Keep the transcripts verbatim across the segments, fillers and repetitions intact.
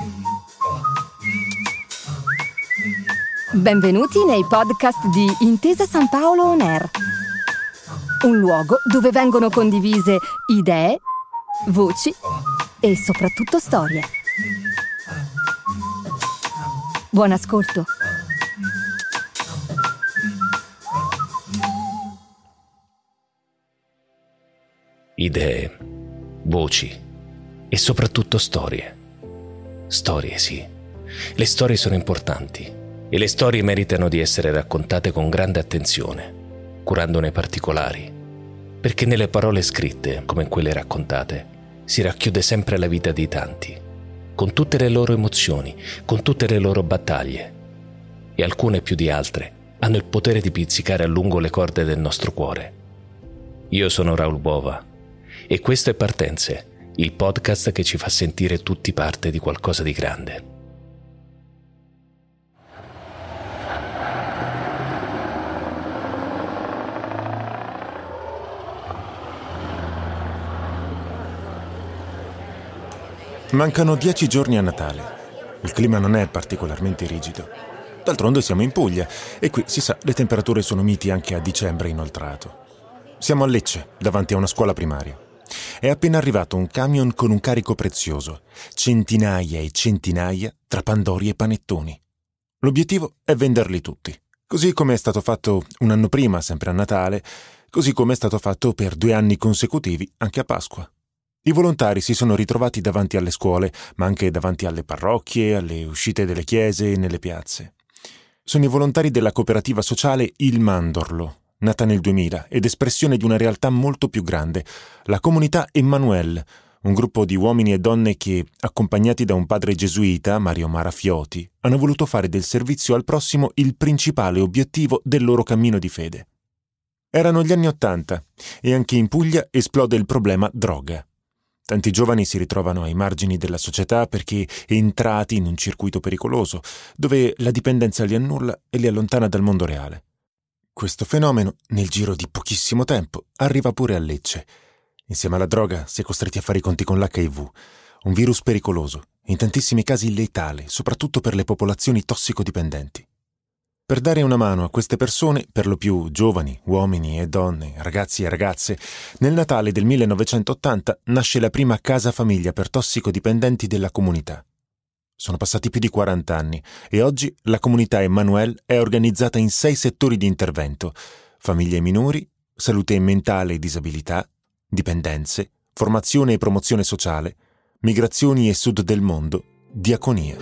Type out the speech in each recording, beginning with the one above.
Benvenuti nei podcast di Intesa San Paolo On Air, un luogo dove vengono condivise idee, voci e soprattutto storie. Buon ascolto. Idee, voci e soprattutto storie. Storie, sì. Le storie sono importanti e le storie meritano di essere raccontate con grande attenzione, curandone i particolari, perché nelle parole scritte, come quelle raccontate, si racchiude sempre la vita di tanti, con tutte le loro emozioni, con tutte le loro battaglie, e alcune più di altre hanno il potere di pizzicare a lungo le corde del nostro cuore. Io sono Raul Bova e questo è Partenze, il podcast che ci fa sentire tutti parte di qualcosa di grande. Mancano dieci giorni a Natale. Il clima non è particolarmente rigido. D'altronde siamo in Puglia e qui, si sa, le temperature sono miti anche a dicembre inoltrato. Siamo a Lecce, davanti a una scuola primaria. È appena arrivato un camion con un carico prezioso, centinaia e centinaia tra pandori e panettoni. L'obiettivo è venderli tutti, così come è stato fatto un anno prima, sempre a Natale, così come è stato fatto per due anni consecutivi anche a Pasqua. I volontari si sono ritrovati davanti alle scuole, ma anche davanti alle parrocchie, alle uscite delle chiese e nelle piazze. Sono i volontari della cooperativa sociale Il Mandorlo, nata nel duemila ed espressione di una realtà molto più grande, la comunità Emmanuel, un gruppo di uomini e donne che, accompagnati da un padre gesuita, Mario Marafioti, hanno voluto fare del servizio al prossimo il principale obiettivo del loro cammino di fede. Erano gli anni Ottanta e anche in Puglia esplode il problema droga. Tanti giovani si ritrovano ai margini della società perché entrati in un circuito pericoloso, dove la dipendenza li annulla e li allontana dal mondo reale. Questo fenomeno, nel giro di pochissimo tempo, arriva pure a Lecce. Insieme alla droga si è costretti a fare i conti con l'H I V, un virus pericoloso, in tantissimi casi letale, soprattutto per le popolazioni tossicodipendenti. Per dare una mano a queste persone, per lo più giovani, uomini e donne, ragazzi e ragazze, nel Natale del millenovecentottanta nasce la prima casa famiglia per tossicodipendenti della comunità. Sono passati più di quaranta anni e oggi la comunità Emmanuel è organizzata in sei settori di intervento: famiglie minori, salute mentale e disabilità, dipendenze, formazione e promozione sociale, migrazioni e sud del mondo, diaconia.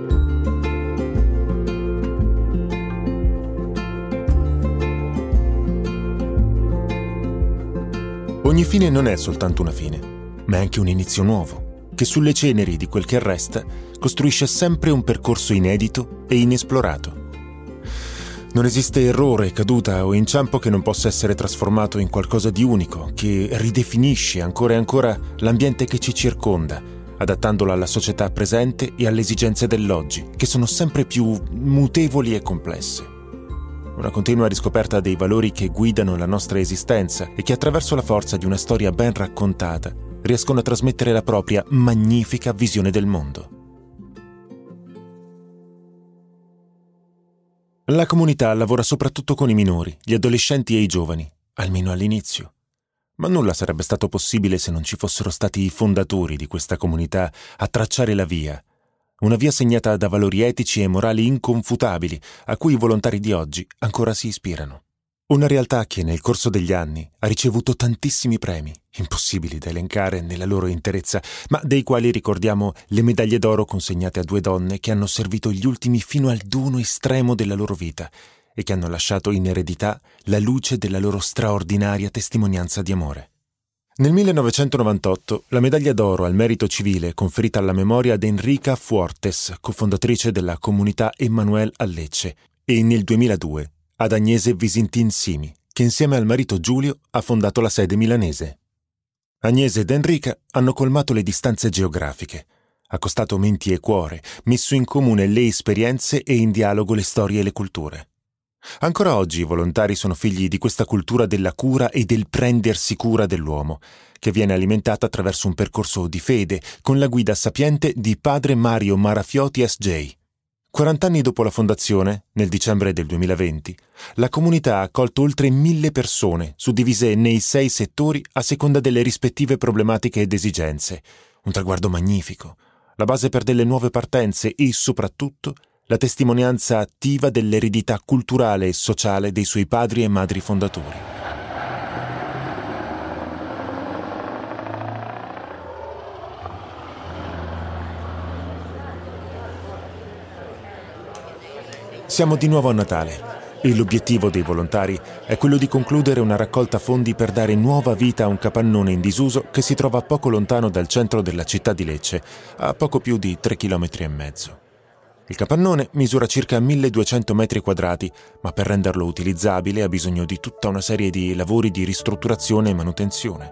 Ogni fine non è soltanto una fine, ma è anche un inizio nuovo, che sulle ceneri di quel che resta costruisce sempre un percorso inedito e inesplorato. Non esiste errore, caduta o inciampo che non possa essere trasformato in qualcosa di unico, che ridefinisce ancora e ancora l'ambiente che ci circonda, adattandolo alla società presente e alle esigenze dell'oggi, che sono sempre più mutevoli e complesse. Una continua riscoperta dei valori che guidano la nostra esistenza e che attraverso la forza di una storia ben raccontata riescono a trasmettere la propria magnifica visione del mondo. La comunità lavora soprattutto con i minori, gli adolescenti e i giovani, almeno all'inizio. Ma nulla sarebbe stato possibile se non ci fossero stati i fondatori di questa comunità a tracciare la via, una via segnata da valori etici e morali inconfutabili a cui i volontari di oggi ancora si ispirano. Una realtà che nel corso degli anni ha ricevuto tantissimi premi, impossibili da elencare nella loro interezza, ma dei quali ricordiamo le medaglie d'oro consegnate a due donne che hanno servito gli ultimi fino al dono estremo della loro vita e che hanno lasciato in eredità la luce della loro straordinaria testimonianza di amore. Nel millenovecentonovantotto la medaglia d'oro al merito civile conferita alla memoria ad Enrica Fuortes, cofondatrice della comunità Emmanuel a Lecce, e nel duemiladue ad Agnese Visintin Simi, che insieme al marito Giulio ha fondato la sede milanese. Agnese ed Enrica hanno colmato le distanze geografiche, accostato menti e cuore, messo in comune le esperienze e in dialogo le storie e le culture. Ancora oggi i volontari sono figli di questa cultura della cura e del prendersi cura dell'uomo, che viene alimentata attraverso un percorso di fede con la guida sapiente di padre Mario Marafiotti S J. quarant'anni dopo la fondazione, nel dicembre del duemilaventi, la comunità ha accolto oltre mille persone, suddivise nei sei settori a seconda delle rispettive problematiche ed esigenze. Un traguardo magnifico, la base per delle nuove partenze e, soprattutto, la testimonianza attiva dell'eredità culturale e sociale dei suoi padri e madri fondatori. Siamo di nuovo a Natale e l'obiettivo dei volontari è quello di concludere una raccolta fondi per dare nuova vita a un capannone in disuso che si trova poco lontano dal centro della città di Lecce, a poco più di tre chilometri e mezzo. Il capannone misura circa milleduecento metri quadrati, ma per renderlo utilizzabile ha bisogno di tutta una serie di lavori di ristrutturazione e manutenzione.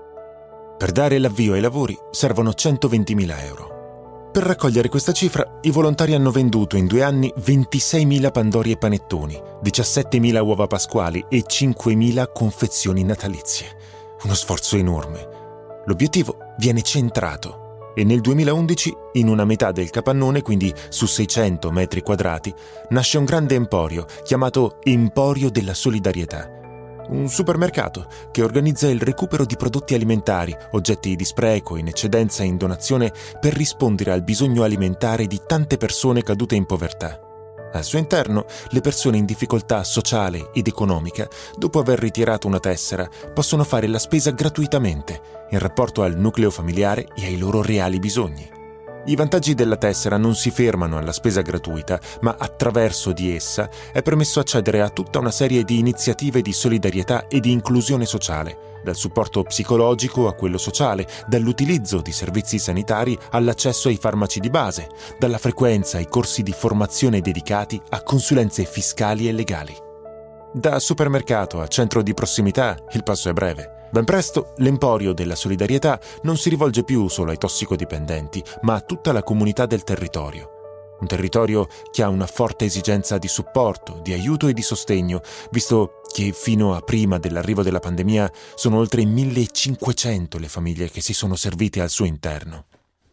Per dare l'avvio ai lavori servono centoventimila euro. Per raccogliere questa cifra, i volontari hanno venduto in due anni ventiseimila pandori e panettoni, diciassettemila uova pasquali e cinquemila confezioni natalizie. Uno sforzo enorme. L'obiettivo viene centrato e nel duemilaundici, in una metà del capannone, quindi su seicento metri quadrati, nasce un grande emporio chiamato Emporio della Solidarietà. Un supermercato che organizza il recupero di prodotti alimentari, oggetti di spreco in eccedenza e in donazione per rispondere al bisogno alimentare di tante persone cadute in povertà. Al suo interno, le persone in difficoltà sociale ed economica, dopo aver ritirato una tessera, possono fare la spesa gratuitamente, in rapporto al nucleo familiare e ai loro reali bisogni. I vantaggi della tessera non si fermano alla spesa gratuita, ma attraverso di essa è permesso accedere a tutta una serie di iniziative di solidarietà e di inclusione sociale, dal supporto psicologico a quello sociale, dall'utilizzo di servizi sanitari all'accesso ai farmaci di base, dalla frequenza ai corsi di formazione dedicati a consulenze fiscali e legali. Da supermercato a centro di prossimità il passo è breve. Ben presto l'Emporio della Solidarietà non si rivolge più solo ai tossicodipendenti, ma a tutta la comunità del territorio. Un territorio che ha una forte esigenza di supporto, di aiuto e di sostegno, visto che fino a prima dell'arrivo della pandemia sono oltre millecinquecento le famiglie che si sono servite al suo interno.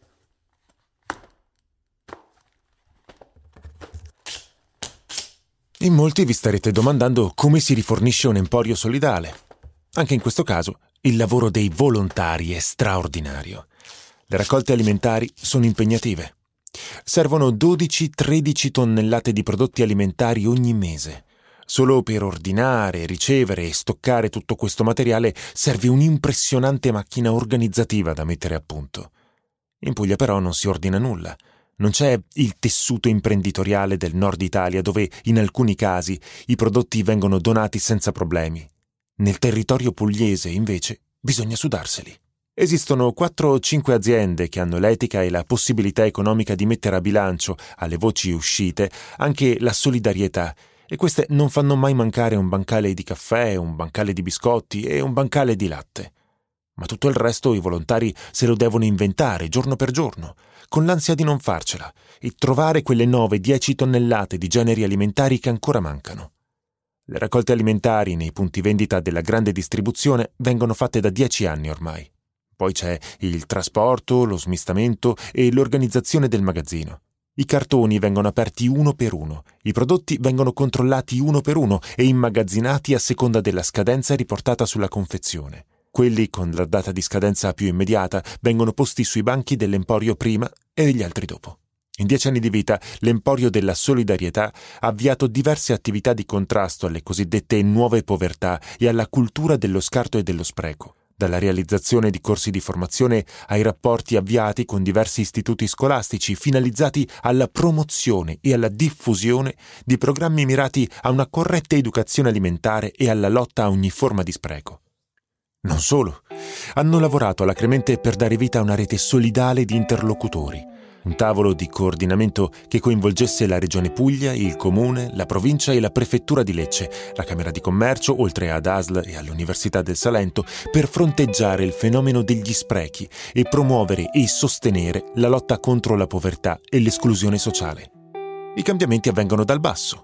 In molti vi starete domandando come si rifornisce un emporio solidale. Anche in questo caso, il lavoro dei volontari è straordinario. Le raccolte alimentari sono impegnative. Servono dodici tredici tonnellate di prodotti alimentari ogni mese. Solo per ordinare, ricevere e stoccare tutto questo materiale serve un'impressionante macchina organizzativa da mettere a punto. In Puglia però non si ordina nulla. Non c'è il tessuto imprenditoriale del nord Italia dove, in alcuni casi, i prodotti vengono donati senza problemi. Nel territorio pugliese, invece, bisogna sudarseli. Esistono quattro o cinque aziende che hanno l'etica e la possibilità economica di mettere a bilancio, alle voci uscite, anche la solidarietà, e queste non fanno mai mancare un bancale di caffè, un bancale di biscotti e un bancale di latte. Ma tutto il resto i volontari se lo devono inventare giorno per giorno, con l'ansia di non farcela, e trovare quelle nove dieci tonnellate di generi alimentari che ancora mancano. Le raccolte alimentari nei punti vendita della grande distribuzione vengono fatte da dieci anni ormai. Poi c'è il trasporto, lo smistamento e l'organizzazione del magazzino. I cartoni vengono aperti uno per uno, i prodotti vengono controllati uno per uno e immagazzinati a seconda della scadenza riportata sulla confezione. Quelli con la data di scadenza più immediata vengono posti sui banchi dell'Emporio prima e gli altri dopo. In dieci anni di vita, l'Emporio della Solidarietà ha avviato diverse attività di contrasto alle cosiddette nuove povertà e alla cultura dello scarto e dello spreco, dalla realizzazione di corsi di formazione ai rapporti avviati con diversi istituti scolastici finalizzati alla promozione e alla diffusione di programmi mirati a una corretta educazione alimentare e alla lotta a ogni forma di spreco. Non solo, hanno lavorato alacremente per dare vita a una rete solidale di interlocutori, un tavolo di coordinamento che coinvolgesse la Regione Puglia, il Comune, la Provincia e la Prefettura di Lecce, la Camera di Commercio, oltre ad A S L e all'Università del Salento, per fronteggiare il fenomeno degli sprechi e promuovere e sostenere la lotta contro la povertà e l'esclusione sociale. I cambiamenti avvengono dal basso,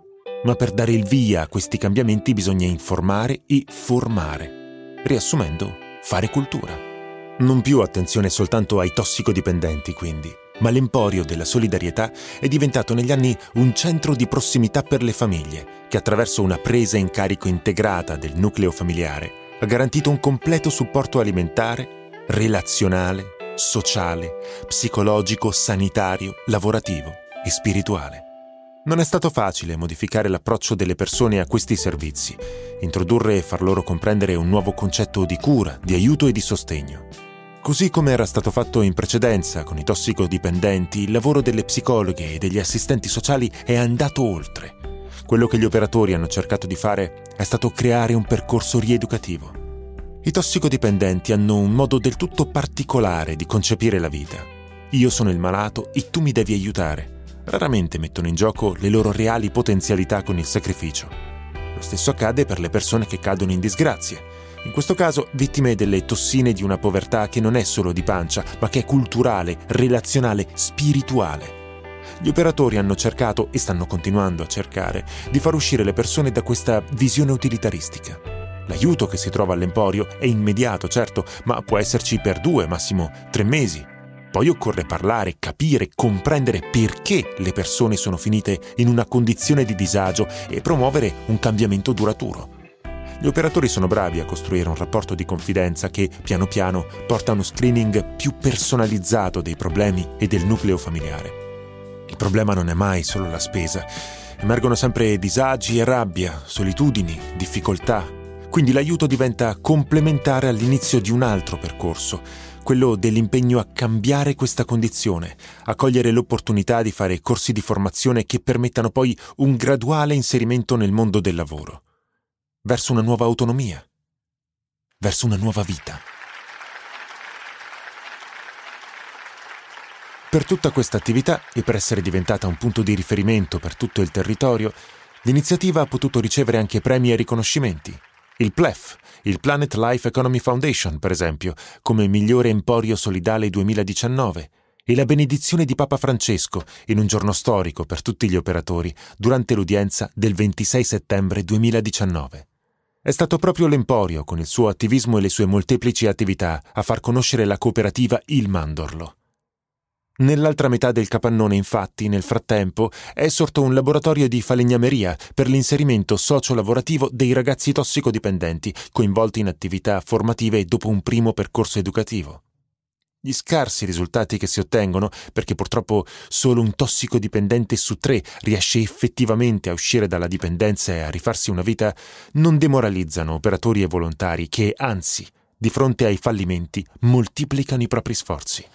Ma per dare il via a questi cambiamenti bisogna informare e formare. Riassumendo, fare cultura. Non più attenzione soltanto ai tossicodipendenti, quindi, ma l'Emporio della Solidarietà è diventato negli anni un centro di prossimità per le famiglie, che attraverso una presa in carico integrata del nucleo familiare ha garantito un completo supporto alimentare, relazionale, sociale, psicologico, sanitario, lavorativo e spirituale. Non è stato facile modificare l'approccio delle persone a questi servizi, introdurre e far loro comprendere un nuovo concetto di cura, di aiuto e di sostegno. Così come era stato fatto in precedenza con i tossicodipendenti, il lavoro delle psicologhe e degli assistenti sociali è andato oltre. Quello che gli operatori hanno cercato di fare è stato creare un percorso rieducativo. I tossicodipendenti hanno un modo del tutto particolare di concepire la vita. Io sono il malato e tu mi devi aiutare. Raramente mettono in gioco le loro reali potenzialità con il sacrificio. Lo stesso accade per le persone che cadono in disgrazia, in questo caso vittime delle tossine di una povertà che non è solo di pancia, ma che è culturale, relazionale, spirituale. Gli operatori hanno cercato, e stanno continuando a cercare, di far uscire le persone da questa visione utilitaristica. L'aiuto che si trova all'Emporio è immediato, certo, ma può esserci per due, massimo tre mesi. Poi occorre parlare, capire, comprendere perché le persone sono finite in una condizione di disagio e promuovere un cambiamento duraturo. Gli operatori sono bravi a costruire un rapporto di confidenza che, piano piano, porta a uno screening più personalizzato dei problemi e del nucleo familiare. Il problema non è mai solo la spesa. Emergono sempre disagi e rabbia, solitudini, difficoltà. Quindi l'aiuto diventa complementare all'inizio di un altro percorso, quello dell'impegno a cambiare questa condizione, a cogliere l'opportunità di fare corsi di formazione che permettano poi un graduale inserimento nel mondo del lavoro, verso una nuova autonomia, verso una nuova vita. Per tutta questa attività e per essere diventata un punto di riferimento per tutto il territorio, l'iniziativa ha potuto ricevere anche premi e riconoscimenti. Il P L E F, il Planet Life Economy Foundation, per esempio, come migliore emporio solidale duemiladiciannove, e la benedizione di Papa Francesco in un giorno storico per tutti gli operatori durante l'udienza del ventisei settembre duemiladiciannove. È stato proprio l'Emporio, con il suo attivismo e le sue molteplici attività, a far conoscere la cooperativa Il Mandorlo. Nell'altra metà del capannone, infatti, nel frattempo, è sorto un laboratorio di falegnameria per l'inserimento socio-lavorativo dei ragazzi tossicodipendenti coinvolti in attività formative dopo un primo percorso educativo. Gli scarsi risultati che si ottengono, perché purtroppo solo un tossicodipendente su tre riesce effettivamente a uscire dalla dipendenza e a rifarsi una vita, non demoralizzano operatori e volontari che, anzi, di fronte ai fallimenti, moltiplicano i propri sforzi.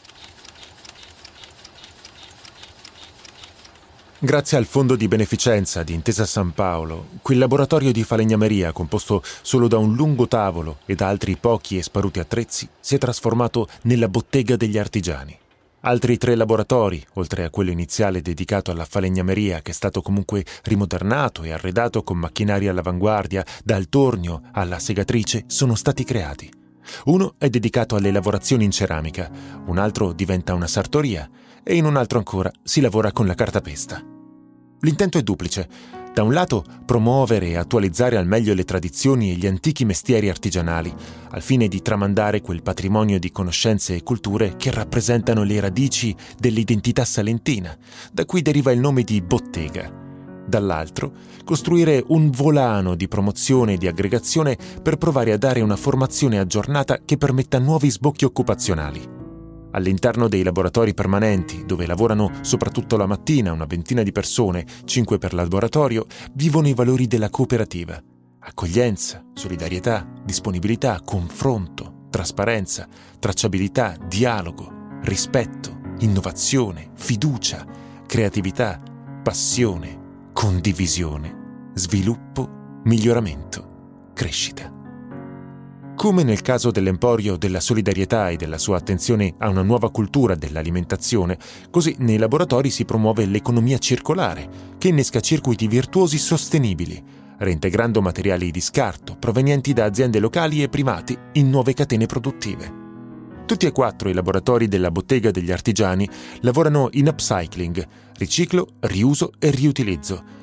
Grazie al fondo di beneficenza di Intesa San Paolo, quel laboratorio di falegnameria composto solo da un lungo tavolo e da altri pochi e sparuti attrezzi si è trasformato nella bottega degli artigiani. Altri tre laboratori, oltre a quello iniziale dedicato alla falegnameria che è stato comunque rimodernato e arredato con macchinari all'avanguardia, dal tornio alla segatrice, sono stati creati. Uno è dedicato alle lavorazioni in ceramica, un altro diventa una sartoria e in un altro ancora si lavora con la cartapesta. L'intento è duplice. Da un lato, promuovere e attualizzare al meglio le tradizioni e gli antichi mestieri artigianali, al fine di tramandare quel patrimonio di conoscenze e culture che rappresentano le radici dell'identità salentina, da cui deriva il nome di bottega. Dall'altro, costruire un volano di promozione e di aggregazione per provare a dare una formazione aggiornata che permetta nuovi sbocchi occupazionali. All'interno dei laboratori permanenti, dove lavorano soprattutto la mattina una ventina di persone, cinque per laboratorio, vivono i valori della cooperativa. Accoglienza, solidarietà, disponibilità, confronto, trasparenza, tracciabilità, dialogo, rispetto, innovazione, fiducia, creatività, passione, condivisione, sviluppo, miglioramento, crescita. Come nel caso dell'Emporio della Solidarietà e della sua attenzione a una nuova cultura dell'alimentazione, così nei laboratori si promuove l'economia circolare, che innesca circuiti virtuosi sostenibili, reintegrando materiali di scarto provenienti da aziende locali e privati in nuove catene produttive. Tutti e quattro i laboratori della Bottega degli Artigiani lavorano in upcycling, riciclo, riuso e riutilizzo,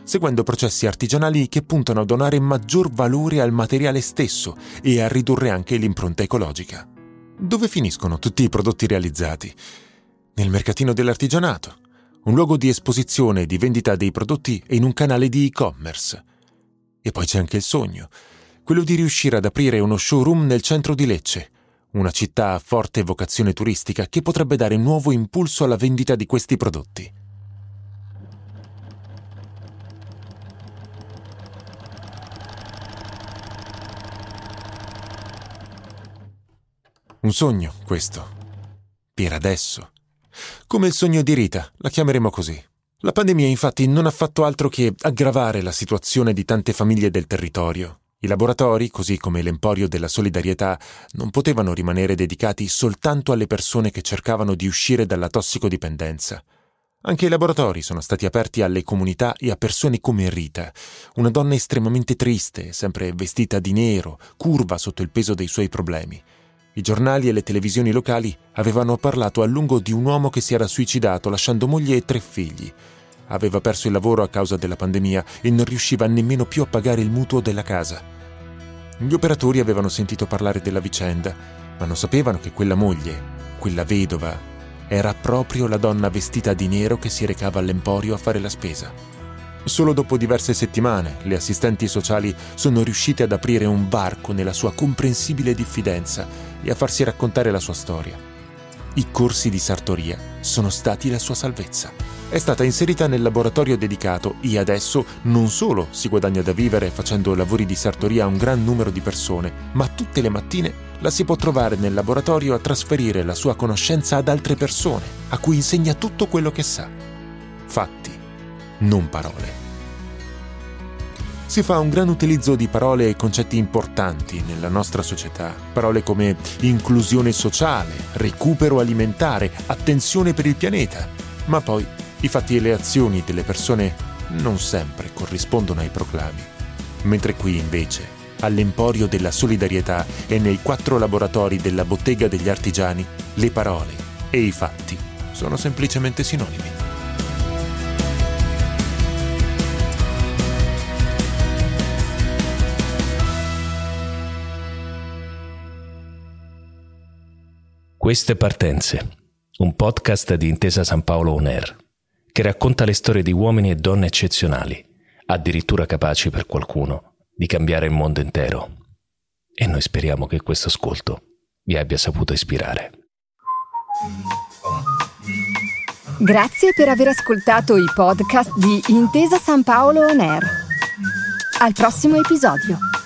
seguendo processi artigianali che puntano a donare maggior valore al materiale stesso e a ridurre anche l'impronta ecologica. Dove finiscono tutti i prodotti realizzati? Nel mercatino dell'artigianato, un luogo di esposizione e di vendita dei prodotti e in un canale di e-commerce. E poi c'è anche il sogno, quello di riuscire ad aprire uno showroom nel centro di Lecce, una città a forte vocazione turistica che potrebbe dare nuovo impulso alla vendita di questi prodotti. Un sogno, questo. Per adesso. Come il sogno di Rita, la chiameremo così. La pandemia infatti non ha fatto altro che aggravare la situazione di tante famiglie del territorio. I laboratori, così come l'Emporio della Solidarietà, non potevano rimanere dedicati soltanto alle persone che cercavano di uscire dalla tossicodipendenza. Anche i laboratori sono stati aperti alle comunità e a persone come Rita, una donna estremamente triste, sempre vestita di nero, curva sotto il peso dei suoi problemi. I giornali e le televisioni locali avevano parlato a lungo di un uomo che si era suicidato lasciando moglie e tre figli. Aveva perso il lavoro a causa della pandemia e non riusciva nemmeno più a pagare il mutuo della casa. Gli operatori avevano sentito parlare della vicenda, ma non sapevano che quella moglie, quella vedova, era proprio la donna vestita di nero che si recava all'Emporio a fare la spesa. Solo dopo diverse settimane le assistenti sociali sono riuscite ad aprire un varco nella sua comprensibile diffidenza e a farsi raccontare la sua storia. I corsi di sartoria sono stati la sua salvezza. È stata inserita nel laboratorio dedicato e adesso non solo si guadagna da vivere facendo lavori di sartoria a un gran numero di persone, ma tutte le mattine la si può trovare nel laboratorio a trasferire la sua conoscenza ad altre persone, a cui insegna tutto quello che sa. Fatti, non parole. Si fa un gran utilizzo di parole e concetti importanti nella nostra società. Parole come inclusione sociale, recupero alimentare, attenzione per il pianeta. Ma poi i fatti e le azioni delle persone non sempre corrispondono ai proclami. Mentre qui invece, all'Emporio della Solidarietà e nei quattro laboratori della Bottega degli Artigiani, le parole e i fatti sono semplicemente sinonimi. Queste Partenze, un podcast di Intesa San Paolo On Air, che racconta le storie di uomini e donne eccezionali, addirittura capaci per qualcuno di cambiare il mondo intero. E noi speriamo che questo ascolto vi abbia saputo ispirare. Grazie per aver ascoltato i podcast di Intesa San Paolo On Air. Al prossimo episodio.